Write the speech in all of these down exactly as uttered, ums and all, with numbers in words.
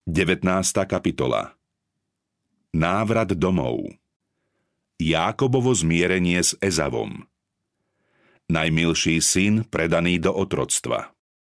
devätnásta kapitola. Návrat domov. Jákobovo zmierenie s Ezavom. Najmilší syn predaný do otroctva.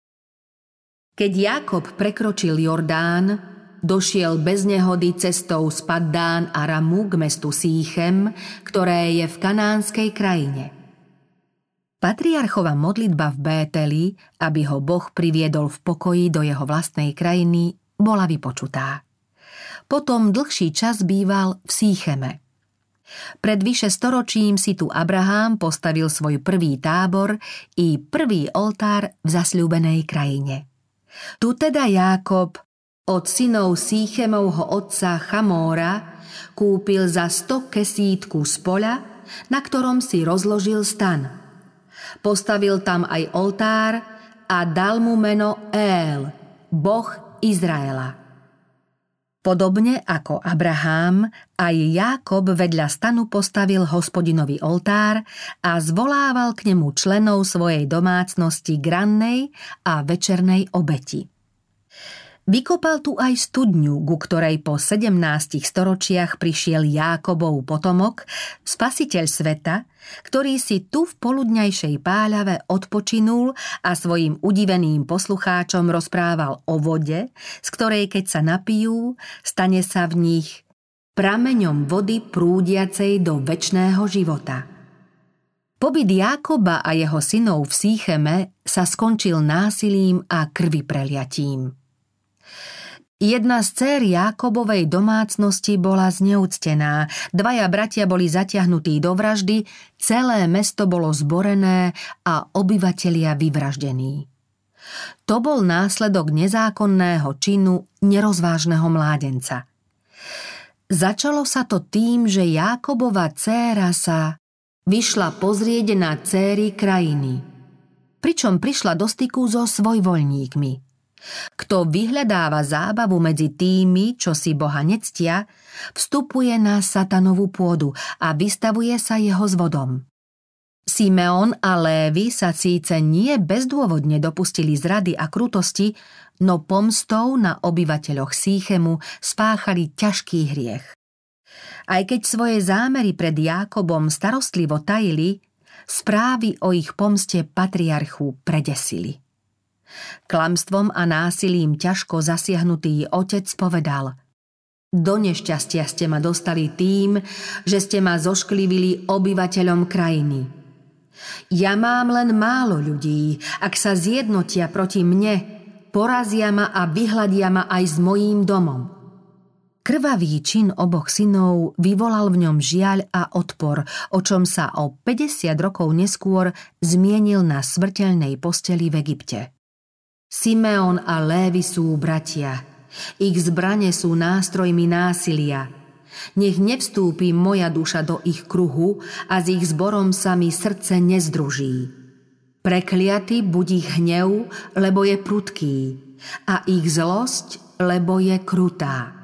Keď Jákob prekročil Jordán, došiel bez nehody cestou z Paddán Aramu k mestu Síchem, ktoré je v kanánskej krajine. Patriarchova modlitba v Bételi, aby ho Boh priviedol v pokoji do jeho vlastnej krajiny, bola vypočutá. Potom dlhší čas býval v Sícheme. Pred vyše storočím si tu Abrahám postavil svoj prvý tábor i prvý oltár v zasľúbenej krajine. Tu teda Jákob od synov Síchemovho otca Chamóra kúpil za sto kesít kus poľa, na ktorom si rozložil stan. Postavil tam aj oltár a dal mu meno El, Boh Izraela. Podobne ako Abrahám, aj Jákob vedľa stanu postavil Hospodinovi oltár a zvolával k nemu členov svojej domácnosti k rannej a večernej obeti. Vykopal tu aj studňu, ku ktorej po sedemnástich storočiach prišiel Jákobov potomok, spasiteľ sveta, ktorý si tu v poludňajšej páľave odpočinul a svojim udiveným poslucháčom rozprával o vode, z ktorej keď sa napijú, stane sa v nich prameňom vody prúdiacej do večného života. Pobyt Jákoba a jeho synov v Sícheme sa skončil násilím a krvipreliatím. Jedna z dcér Jákobovej domácnosti bola zneúctená, dvaja bratia boli zatiahnutí do vraždy, celé mesto bolo zborené a obyvatelia vyvraždení. To bol následok nezákonného činu nerozvážneho mládenca. Začalo sa to tým, že Jákobova dcéra sa vyšla pozrieť na dcéry krajiny, pričom prišla do styku so svojvoľníkmi. Kto vyhľadáva zábavu medzi tými, čo si Boha nectia, vstupuje na satanovú pôdu a vystavuje sa jeho zvodom. Simeon a Lévi sa síce nie bezdôvodne dopustili zrady a krutosti, no pomstou na obyvateľoch Síchemu spáchali ťažký hriech. Aj keď svoje zámery pred Jákobom starostlivo tajili, správy o ich pomste patriarchu predesili. Klamstvom a násilím ťažko zasiahnutý otec povedal: Do nešťastia ste ma dostali tým, že ste ma zošklivili obyvateľom krajiny. Ja mám len málo ľudí, ak sa zjednotia proti mne, porazia ma a vyhladia ma aj s mojím domom. Krvavý čin oboch synov vyvolal v ňom žiaľ a odpor, o čom sa o päťdesiat rokov neskôr zmienil na smrteľnej posteli v Egypte. Simeon a Lévi sú bratia. Ich zbrane sú nástrojmi násilia. Nech nevstúpi moja duša do ich kruhu a s ich zborom sa mi srdce nezdruží. Prekliaty buď ich hnev, lebo je prudký, a ich zlosť, lebo je krutá.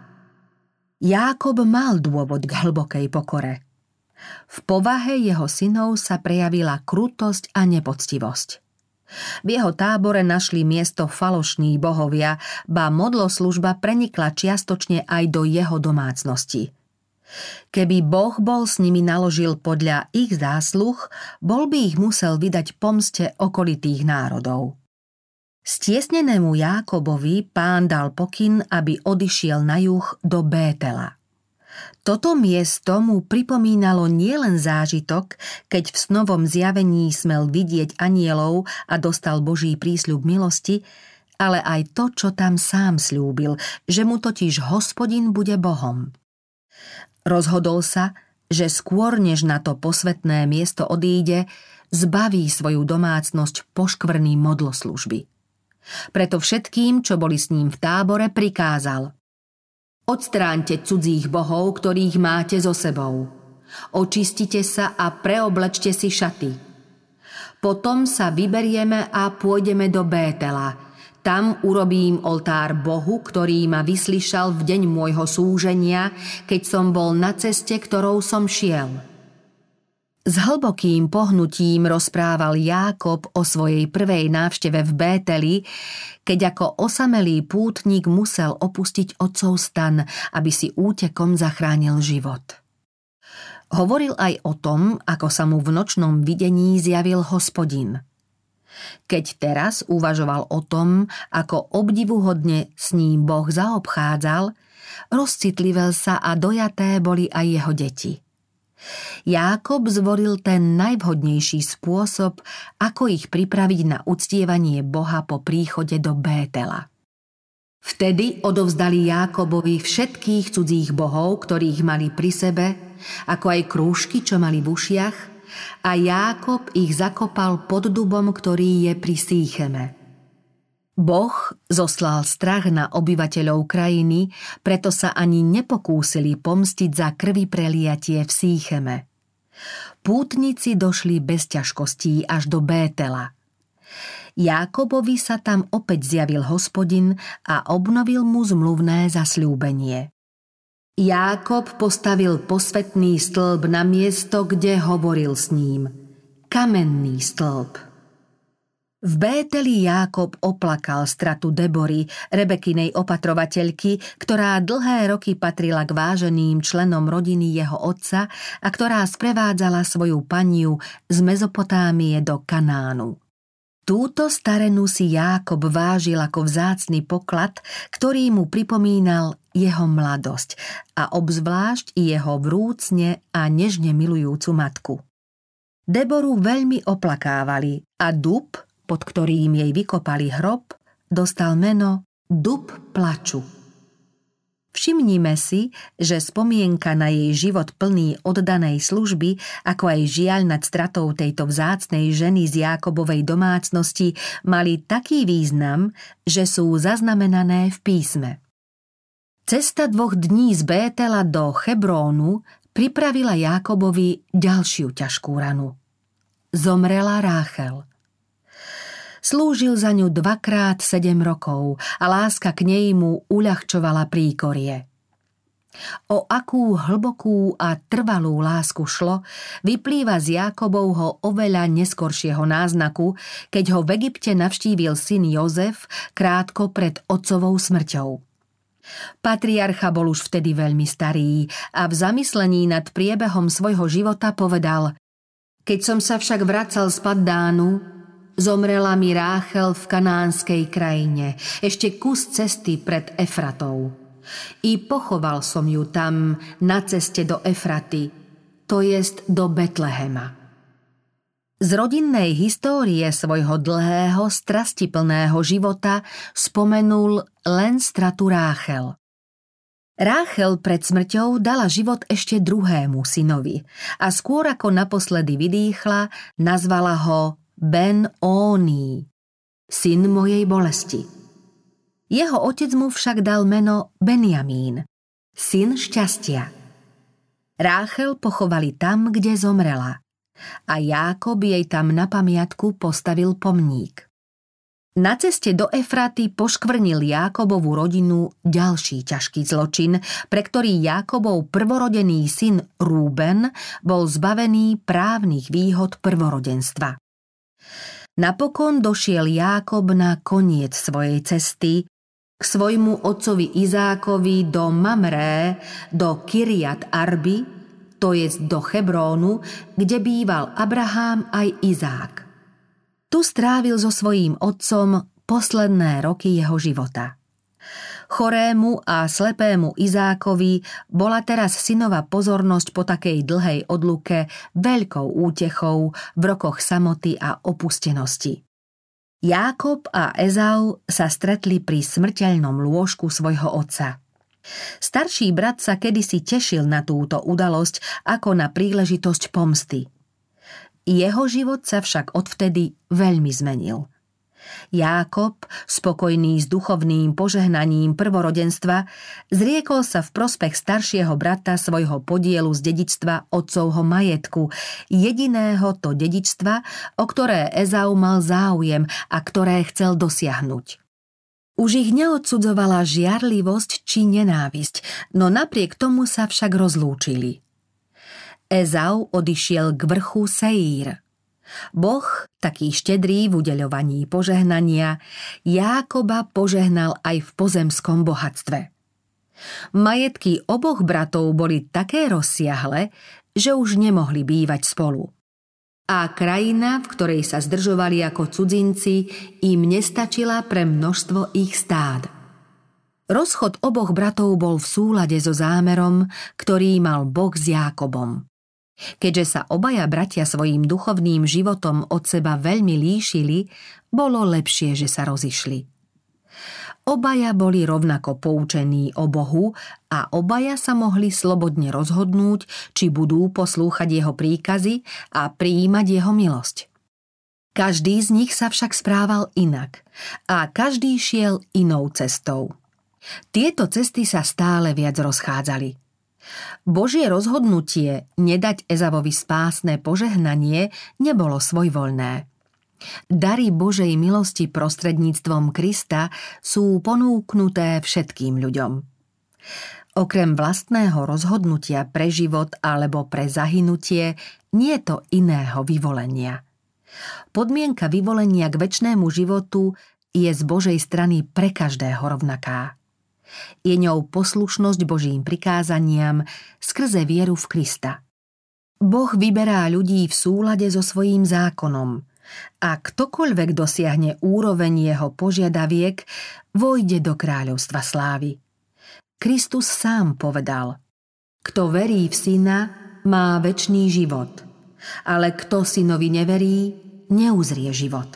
Jákob mal dôvod k hlbokej pokore. V povahe jeho synov sa prejavila krutosť a nepoctivosť. V jeho tábore našli miesto falošní bohovia, ba modloslužba prenikla čiastočne aj do jeho domácnosti. Keby Boh bol s nimi naložil podľa ich zásluh, bol by ich musel vydať pomste okolitých národov. Stiesnenému Jákobovi Pán dal pokyn, aby odišiel na juh do Bétela. Toto miesto mu pripomínalo nielen zážitok, keď v snovom zjavení smel vidieť anielov a dostal Boží prísľub milosti, ale aj to, čo tam sám sľúbil, že mu totiž Hospodin bude Bohom. Rozhodol sa, že skôr než na to posvätné miesto odíde, zbaví svoju domácnosť poškvrny modloslužby. Preto všetkým, čo boli s ním v tábore, prikázal: Odstráňte cudzích bohov, ktorých máte so sebou. Očistite sa a preoblečte si šaty. Potom sa vyberieme a pôjdeme do Bétela. Tam urobím oltár Bohu, ktorý ma vyslyšal v deň môjho súženia, keď som bol na ceste, ktorou som šiel. S hlbokým pohnutím rozprával Jákob o svojej prvej návšteve v Bételi, keď ako osamelý pútnik musel opustiť otcov stan, aby si útekom zachránil život. Hovoril aj o tom, ako sa mu v nočnom videní zjavil Hospodin. Keď teraz uvažoval o tom, ako obdivuhodne s ním Boh zaobchádzal, rozcitlivel sa a dojaté boli aj jeho deti. Jákob zvolil ten najvhodnejší spôsob, ako ich pripraviť na uctievanie Boha po príchode do Bétela. Vtedy odovzdali Jákobovi všetkých cudzích bohov, ktorých mali pri sebe, ako aj krúžky, čo mali v ušiach, a Jákob ich zakopal pod dubom, ktorý je pri Sícheme. Boh zoslal strach na obyvateľov krajiny, preto sa ani nepokúsili pomstiť za krvi preliatie v Sícheme. Pútnici došli bez ťažkostí až do Bétela. Jákobovi sa tam opäť zjavil Hospodin a obnovil mu zmluvné zasľúbenie. Jákob postavil posvätný stĺp na miesto, kde hovoril s ním. Kamenný stĺp. V Bételi Jákob oplakal stratu Debory, Rebekinej opatrovateľky, ktorá dlhé roky patrila k váženým členom rodiny jeho otca a ktorá sprevádzala svoju paniu z Mezopotámie do Kanánu. Túto starenu si Jákob vážil ako vzácny poklad, ktorý mu pripomínal jeho mladosť a obzvlášť jeho vrúcne a nežne milujúcu matku. Deboru veľmi oplakávali a dub, pod ktorým jej vykopali hrob, dostal meno Dub plaču. Všimnime si, že spomienka na jej život plný oddanej služby, ako aj žiaľ nad stratou tejto vzácnej ženy z Jákobovej domácnosti mali taký význam, že sú zaznamenané v písme. Cesta dvoch dní z Bétela do Hebrónu pripravila Jákobovi ďalšiu ťažkú ranu. Zomrela Ráchel. Slúžil za ňu dvakrát sedem rokov a láska k nej mu uľahčovala príkorie. O akú hlbokú a trvalú lásku šlo, vyplýva z Jákobovho oveľa neskoršieho náznaku, keď ho v Egypte navštívil syn Jozef krátko pred otcovou smrťou. Patriarcha bol už vtedy veľmi starý a v zamyslení nad priebehom svojho života povedal: Keď som sa však vracal z Paddánu, zomrela mi Ráchel v kanánskej krajine, ešte kus cesty pred Efratou. I pochoval som ju tam na ceste do Efraty, to jest do Betlehema. Z rodinnej histórie svojho dlhého, strastiplného života spomenul len stratu Ráchel. Ráchel pred smrťou dala život ešte druhému synovi a skôr ako naposledy vydýchla, nazvala ho Ben-Óní, syn mojej bolesti. Jeho otec mu však dal meno Benjamín, syn šťastia. Ráchel pochovali tam, kde zomrela, a Jákob jej tam na pamiatku postavil pomník. Na ceste do Efraty poškvrnil Jákobovú rodinu ďalší ťažký zločin, pre ktorý Jákobov prvorodený syn Rúben bol zbavený právnych výhod prvorodenstva. Napokon došiel Jákob na koniec svojej cesty k svojmu otcovi Izákovi do Mamré, do Kiriat Arby, to jest do Hebrónu, kde býval Abrahám aj Izák. Tu strávil so svojím otcom posledné roky jeho života. Chorému a slepému Izákovi bola teraz synova pozornosť po takej dlhej odluke veľkou útechou v rokoch samoty a opustenosti. Jákob a Ezau sa stretli pri smrteľnom lôžku svojho otca. Starší brat sa kedysi tešil na túto udalosť ako na príležitosť pomsty. Jeho život sa však odvtedy veľmi zmenil. Jákob, spokojný s duchovným požehnaním prvorodenstva, zriekol sa v prospech staršieho brata svojho podielu z dedičstva otcovho majetku, jediného to dedičstva, o ktoré Ezau mal záujem a ktoré chcel dosiahnuť. Už ich neodsudzovala žiarlivosť či nenávisť, no napriek tomu sa však rozlúčili. Ezau odišiel k vrchu Seír. Boh, taký štedrý v udeľovaní požehnania, Jákoba požehnal aj v pozemskom bohatstve. Majetky oboch bratov boli také rozsiahle, že už nemohli bývať spolu. A krajina, v ktorej sa zdržovali ako cudzinci, im nestačila pre množstvo ich stád. Rozchod oboch bratov bol v súlade so zámerom, ktorý mal Boh s Jákobom. Keďže sa obaja bratia svojím duchovným životom od seba veľmi líšili, bolo lepšie, že sa rozišli. Obaja boli rovnako poučení o Bohu a obaja sa mohli slobodne rozhodnúť, či budú poslúchať jeho príkazy a prijímať jeho milosť. Každý z nich sa však správal inak a každý šiel inou cestou. Tieto cesty sa stále viac rozchádzali. Božie rozhodnutie nedať Ezavovi spásne požehnanie nebolo svojvoľné. Dary Božej milosti prostredníctvom Krista sú ponúknuté všetkým ľuďom. Okrem vlastného rozhodnutia pre život alebo pre zahynutie nie je to iného vyvolenia. Podmienka vyvolenia k večnému životu je z Božej strany pre každého rovnaká. Je ňou poslušnosť Božím prikázaniam skrze vieru v Krista. Boh vyberá ľudí v súlade so svojím zákonom a ktokoľvek dosiahne úroveň jeho požiadaviek, vojde do kráľovstva slávy. Kristus sám povedal: Kto verí v Syna, má večný život, ale kto Synovi neverí, neuzrie život.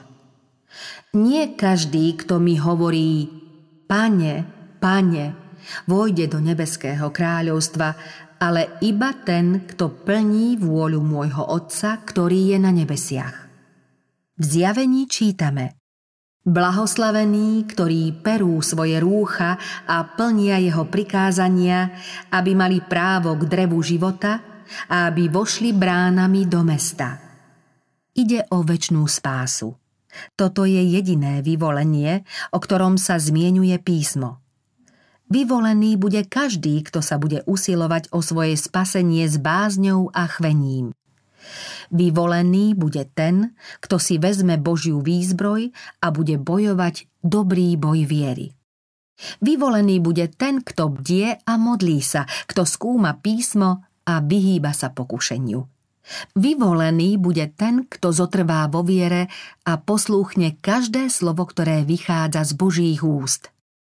Nie každý, kto mi hovorí: Pane, Pane, vojde do nebeského kráľovstva, ale iba ten, kto plní vôľu môjho Otca, ktorý je na nebesiach. V Zjavení čítame: Blahoslavení, ktorí perú svoje rúcha a plnia jeho prikázania, aby mali právo k drevu života a aby vošli bránami do mesta. Ide o večnú spásu. Toto je jediné vyvolenie, o ktorom sa zmieňuje písmo. Vyvolený bude každý, kto sa bude usilovať o svoje spasenie s bázňou a chvením. Vyvolený bude ten, kto si vezme Božiu výzbroj a bude bojovať dobrý boj viery. Vyvolený bude ten, kto bdie a modlí sa, kto skúma písmo a vyhýba sa pokušeniu. Vyvolený bude ten, kto zotrvá vo viere a poslúchne každé slovo, ktoré vychádza z Božích úst.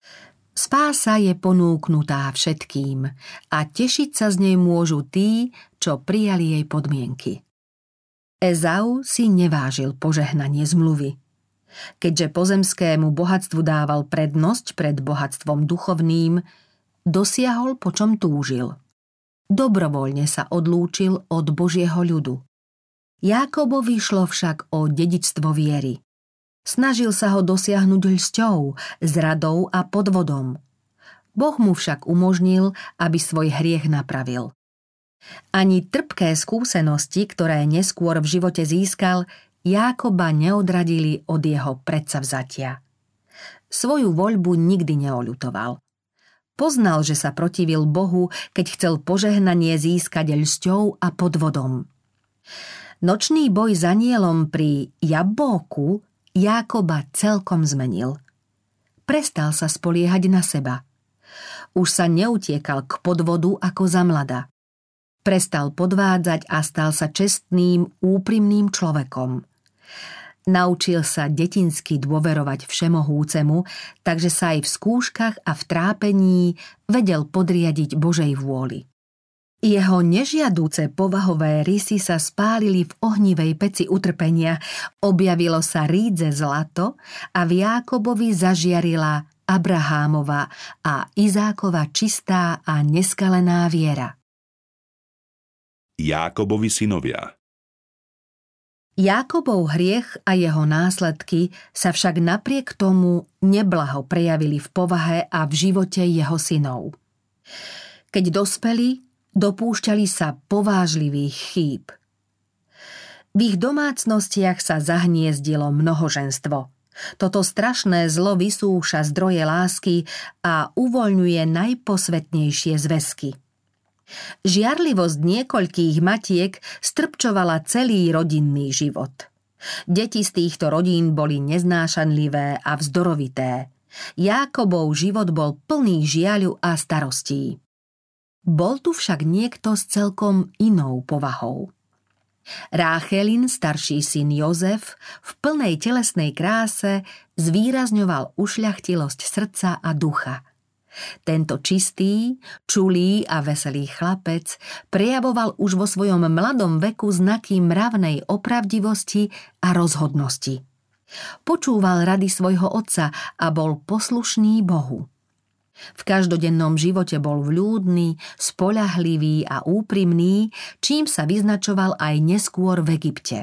Spása je ponúknutá všetkým a tešiť sa z nej môžu tí, čo prijali jej podmienky. Ezau si nevážil požehnanie zmluvy. Keďže pozemskému bohatstvu dával prednosť pred bohatstvom duchovným, dosiahol, po čom túžil. Dobrovoľne sa odlúčil od Božieho ľudu. Jákobovi šlo však o dedičstvo viery. Snažil sa ho dosiahnuť lsťou, zradou a podvodom. Boh mu však umožnil, aby svoj hriech napravil. Ani trpké skúsenosti, ktoré neskôr v živote získal, Jákoba neodradili od jeho predsavzatia. Svoju voľbu nikdy neoľutoval. Poznal, že sa protivil Bohu, keď chcel požehnanie získať lsťou a podvodom. Nočný boj s anielom pri Jabóku Jákoba celkom zmenil. Prestal sa spoliehať na seba. Už sa neutiekal k podvodu ako za mlada. Prestal podvádzať a stal sa čestným, úprimným človekom. Naučil sa detinsky dôverovať všemohúcemu, takže sa aj v skúškach a v trápení vedel podriadiť Božej vôli. Jeho nežiadúce povahové rysy sa spálili v ohnivej peci utrpenia, objavilo sa rídze zlato a v Jákobovi zažiarila Abrahámova a Izákova čistá a neskalená viera. Jákobovi synovia. Jákobov hriech a jeho následky sa však napriek tomu neblaho prejavili v povahe a v živote jeho synov. Keď dospeli, dopúšťali sa povážlivých chýb. V ich domácnostiach sa zahniezdilo mnohoženstvo. Toto strašné zlo vysúša zdroje lásky a uvoľňuje najposvetnejšie zväzky. Žiarlivosť niekoľkých matiek strpčovala celý rodinný život. Deti z týchto rodín boli neznášanlivé a vzdorovité. Jákobov život bol plný žiaľu a starostí. Bol tu však niekto s celkom inou povahou. Ráchelin, starší syn Jozef, v plnej telesnej kráse zvýrazňoval ušľachtilosť srdca a ducha. Tento čistý, čulý a veselý chlapec prejavoval už vo svojom mladom veku znaky mravnej opravdivosti a rozhodnosti. Počúval rady svojho otca a bol poslušný Bohu. V každodennom živote bol vľúdny, spoľahlivý a úprimný, čím sa vyznačoval aj neskôr v Egypte.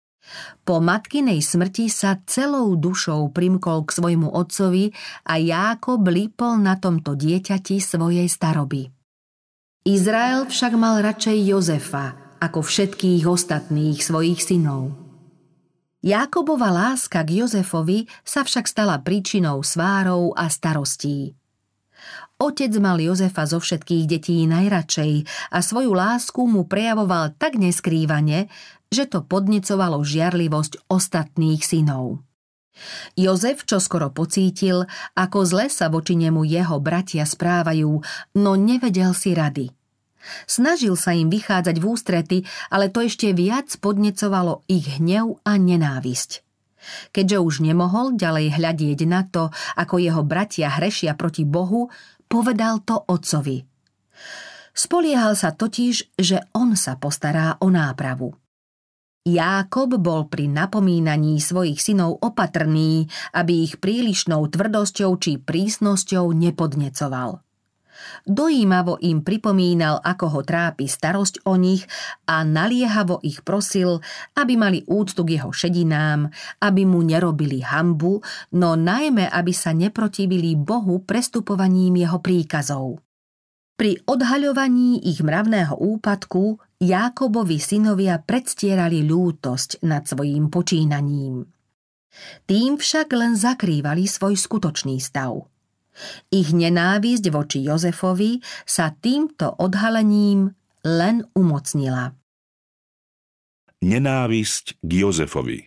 Po matkinej smrti sa celou dušou primkol k svojmu otcovi a Jákob lípol na tomto dieťati svojej staroby. Izrael však mal radšej Jozefa ako všetkých ostatných svojich synov. Jákobova láska k Jozefovi sa však stala príčinou svárov a starostí. Otec mal Jozefa zo všetkých detí najradšej a svoju lásku mu prejavoval tak neskrývane, že to podnecovalo žiarlivosť ostatných synov. Jozef čoskoro pocítil, ako zle sa voči nemu jeho bratia správajú, no nevedel si rady. Snažil sa im vychádzať v ústrety, ale to ešte viac podnecovalo ich hnev a nenávisť. Keďže už nemohol ďalej hľadieť na to, ako jeho bratia hrešia proti Bohu, povedal to otcovi. Spoliehal sa totiž, že on sa postará o nápravu. Jákob bol pri napomínaní svojich synov opatrný, aby ich prílišnou tvrdosťou či prísnosťou nepodnecoval. Dojímavo im pripomínal, ako ho trápi starosť o nich a naliehavo ich prosil, aby mali úctu k jeho šedinám, aby mu nerobili hanbu, no najmä, aby sa neprotivili Bohu prestupovaním jeho príkazov. Pri odhaľovaní ich mravného úpadku Jákobovi synovia predstierali ľútosť nad svojím počínaním. Tým však len zakrývali svoj skutočný stav. Ich nenávisť voči Jozefovi sa týmto odhalením len umocnila. Nenávisť k Jozefovi.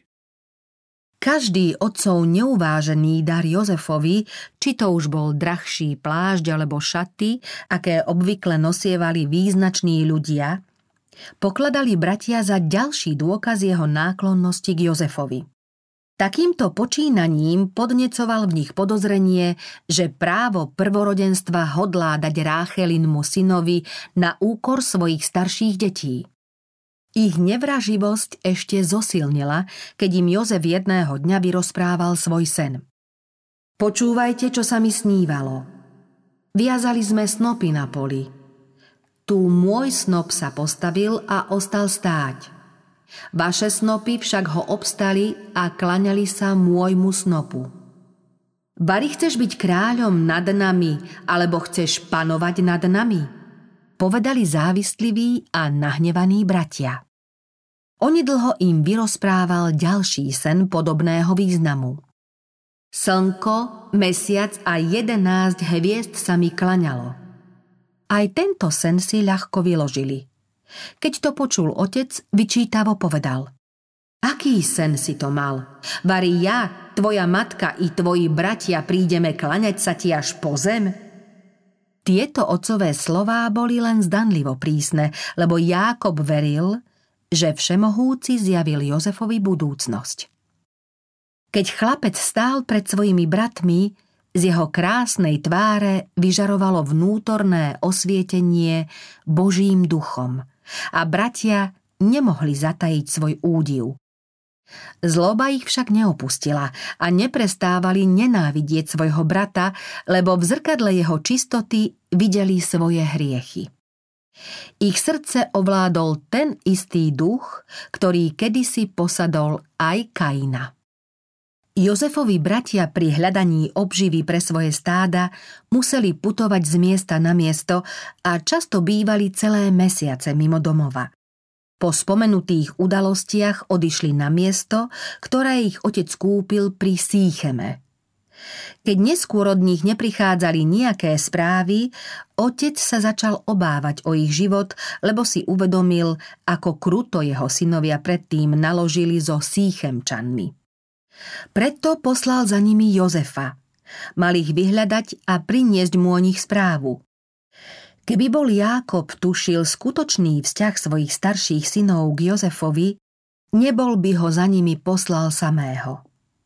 Každý otcov neuvážený dar Jozefovi, či to už bol drahší plášť alebo šaty, aké obvykle nosievali význační ľudia, pokladali bratia za ďalší dôkaz jeho náklonnosti k Jozefovi. Takýmto počínaním podnecoval v nich podozrenie, že právo prvorodenstva hodlá dať Ráchelinmu synovi na úkor svojich starších detí. Ich nevraživosť ešte zosilnila, keď im Jozef jedného dňa vyrozprával svoj sen. Počúvajte, čo sa mi snívalo. Viazali sme snopy na poli. Tu môj snop sa postavil a ostal stáť. Vaše snopy však ho obstali a klaňali sa môjmu snopu. Bari chceš byť kráľom nad nami, alebo chceš panovať nad nami? Povedali závisliví a nahnevaní bratia. Onedlho im vyrozprával ďalší sen podobného významu. Slnko, mesiac a jedenásť hviezd sa mi klaňalo. Aj tento sen si ľahko vyložili. Keď to počul otec, vyčítavo povedal. Aký sen si to mal? Vari ja, tvoja matka i tvoji bratia prídeme klaňať sa ti až po zem? Tieto otcové slová boli len zdanlivo prísne, lebo Jákob veril, že Všemohúci zjavil Jozefovi budúcnosť. Keď chlapec stál pred svojimi bratmi, z jeho krásnej tváre vyžarovalo vnútorné osvietenie Božím duchom a bratia nemohli zatajiť svoj údiv. Zloba ich však neopustila a neprestávali nenávidieť svojho brata, lebo v zrkadle jeho čistoty videli svoje hriechy. Ich srdce ovládol ten istý duch, ktorý kedysi posadol aj Kaina. Jozefovi bratia pri hľadaní obživy pre svoje stáda museli putovať z miesta na miesto a často bývali celé mesiace mimo domova. Po spomenutých udalostiach odišli na miesto, ktoré ich otec kúpil pri Sícheme. Keď neskôr od nich neprichádzali nejaké správy, otec sa začal obávať o ich život, lebo si uvedomil, ako kruto jeho synovia predtým naložili so Síchemčanmi. Preto poslal za nimi Jozefa. Mal ich vyhľadať a priniesť mu o nich správu. Keby bol Jákob tušil skutočný vzťah svojich starších synov k Jozefovi, nebol by ho za nimi poslal samého.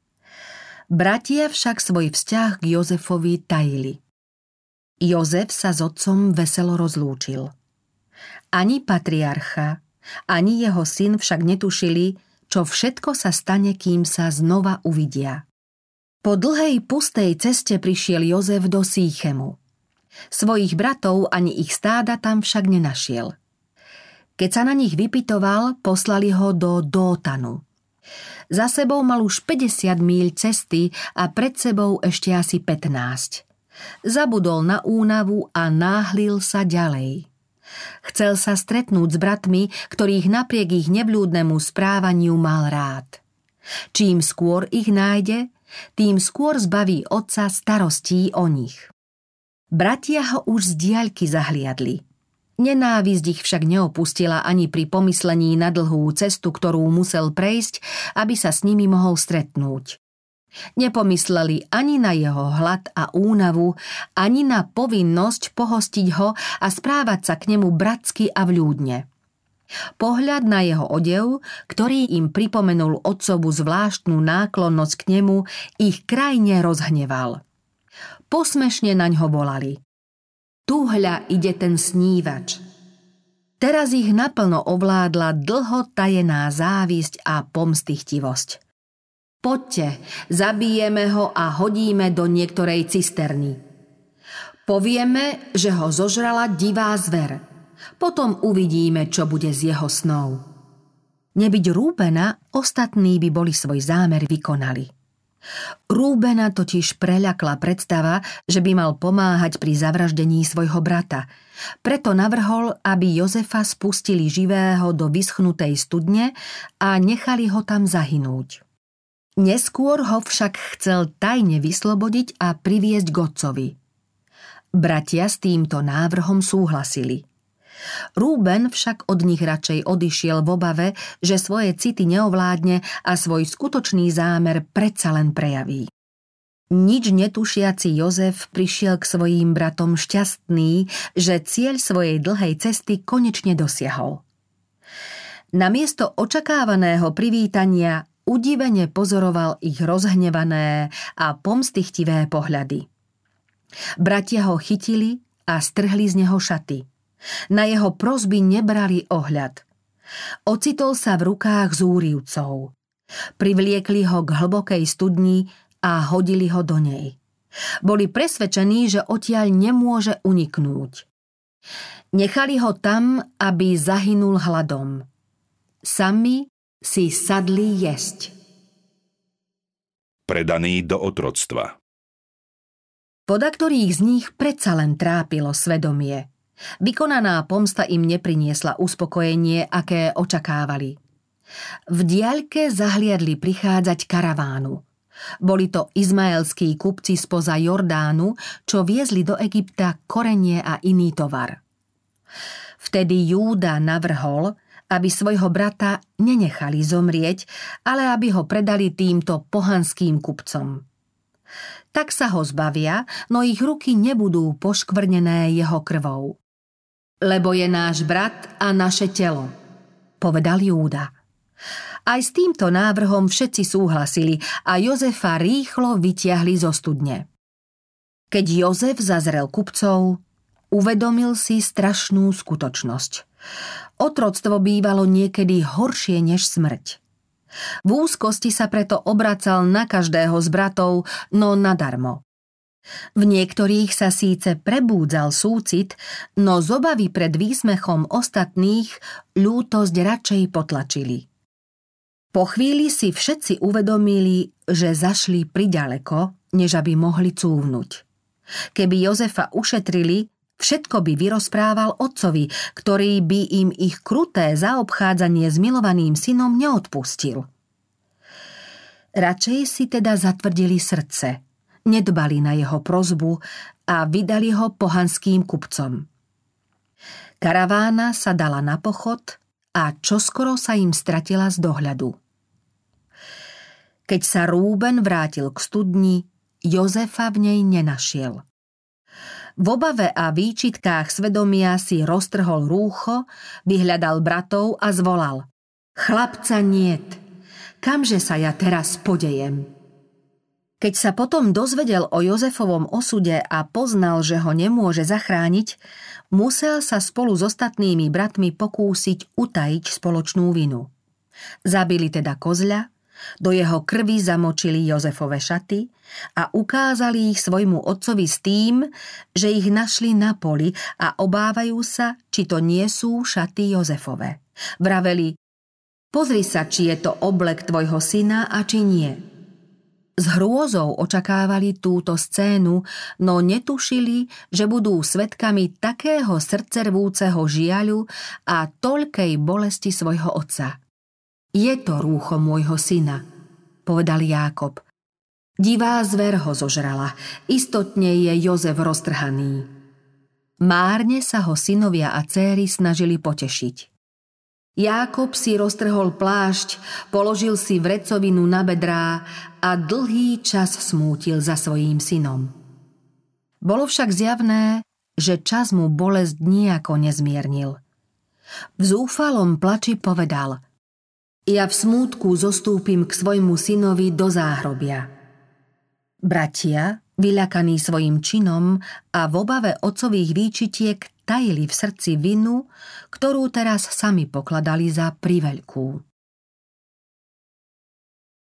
Bratia však svoj vzťah k Jozefovi tajili. Jozef sa s otcom veselo rozlúčil. Ani patriarcha, ani jeho syn však netušili, čo všetko sa stane, kým sa znova uvidia. Po dlhej pustej ceste prišiel Jozef do Síchemu. Svojich bratov ani ich stáda tam však nenašiel. Keď sa na nich vypytoval, poslali ho do Dótanu. Za sebou mal už päťdesiat míľ cesty a pred sebou ešte asi pätnásť. Zabudol na únavu a náhlil sa ďalej. Chcel sa stretnúť s bratmi, ktorých napriek ich nevľúdnemu správaniu mal rád. Čím skôr ich nájde, tým skôr zbaví otca starostí o nich. Bratia ho už z diaľky zahliadli. Nenávisť ich však neopustila ani pri pomyslení na dlhú cestu, ktorú musel prejsť, aby sa s nimi mohol stretnúť. Nepomysleli ani na jeho hlad a únavu, ani na povinnosť pohostiť ho a správať sa k nemu bratsky a vľúdne. Pohľad na jeho odev, ktorý im pripomenul otcovu zvláštnu náklonnosť k nemu, ich krajne rozhneval. Posmešne naňho volali: Tuhľa ide ten snívač. Teraz ich naplno ovládla dlho tajená závisť a pomstychtivosť. Poďte, zabijeme ho a hodíme do niektorej cisterny. Povieme, že ho zožrala divá zver. Potom uvidíme, čo bude z jeho snov. Nebyť Rúbena, ostatní by boli svoj zámer vykonali. Rúbena totiž preľakla predstava, že by mal pomáhať pri zavraždení svojho brata. Preto navrhol, aby Jozefa spustili živého do vyschnutej studne a nechali ho tam zahynúť. Neskôr ho však chcel tajne vyslobodiť a priviesť k otcovi. Bratia s týmto návrhom súhlasili. Rúben však od nich radšej odišiel v obave, že svoje city neovládne a svoj skutočný zámer predsa len prejaví. Nič netušiaci Jozef prišiel k svojím bratom šťastný, že cieľ svojej dlhej cesty konečne dosiahol. Namiesto očakávaného privítania udivene pozoroval ich rozhnevané a pomstychtivé pohľady. Bratia ho chytili a strhli z neho šaty. Na jeho prosby nebrali ohľad. Ocitol sa v rukách zúrivcov. Privliekli ho k hlbokej studni a hodili ho do nej. Boli presvedčení, že odtiaľ nemôže uniknúť. Nechali ho tam, aby zahynul hladom. Sami si sadli jesť. Predaný do otroctva. Poda ktorých z nich predsa len trápilo svedomie. Vykonaná pomsta im nepriniesla uspokojenie, aké očakávali. V diaľke zahliadli prichádzať karavánu. Boli to izmaelskí kupci spoza Jordánu, čo viezli do Egypta korenie a iný tovar. Vtedy Júda navrhol, aby svojho brata nenechali zomrieť, ale aby ho predali týmto pohanským kupcom. Tak sa ho zbavia, no ich ruky nebudú poškvrnené jeho krvou. Lebo je náš brat a naše telo, povedal Júda. Aj s týmto návrhom všetci súhlasili a Jozefa rýchlo vytiahli zo studne. Keď Jozef zazrel kupcov, uvedomil si strašnú skutočnosť. Otroctvo bývalo niekedy horšie než smrť. V úzkosti sa preto obracal na každého z bratov, no nadarmo. V niektorých sa síce prebúdzal súcit, no z obavy pred výsmechom ostatných ľútosť radšej potlačili. Po chvíli si všetci uvedomili, že zašli priďaleko, než aby mohli cúvnuť. Keby Jozefa ušetrili, všetko by vyrozprával otcovi, ktorý by im ich kruté zaobchádzanie s milovaným synom neodpustil. Radšej si teda zatvrdili srdce, nedbali na jeho prosbu a vydali ho pohanským kupcom. Karavána sa dala na pochod a čoskoro sa im stratila z dohľadu. Keď sa Rúben vrátil k studni, Jozefa v nej nenašiel. V obave a výčitkách svedomia si roztrhol rúcho, vyhľadal bratov a zvolal: Chlapca niet, kamže sa ja teraz podejem? Keď sa potom dozvedel o Jozefovom osude a poznal, že ho nemôže zachrániť, musel sa spolu s ostatnými bratmi pokúsiť utajiť spoločnú vinu. Zabili teda kozľa, do jeho krvi zamočili Jozefove šaty a ukázali ich svojmu otcovi s tým, že ich našli na poli a obávajú sa, či to nie sú šaty Jozefove. Vraveli: Pozri sa, či je to oblek tvojho syna a či nie. S hrôzou očakávali túto scénu, no netušili, že budú svedkami takého srdcervúceho žiaľu a toľkej bolesti svojho otca. Je to rúcho môjho syna, povedal Jákob. Divá zver ho zožrala, istotne je Jozef roztrhaný. Márne sa ho synovia a céry snažili potešiť. Jákob si roztrhol plášť, položil si vrecovinu na bedrá a dlhý čas smútil za svojím synom. Bolo však zjavné, že čas mu bolesť nijako nezmiernil. V zúfalom plači povedal: Ja v smútku zostúpim k svojmu synovi do záhrobia. Bratia, vyľakaní svojím činom a v obave otcových výčitiek, tajili v srdci vinu, ktorú teraz sami pokladali za priveľkú.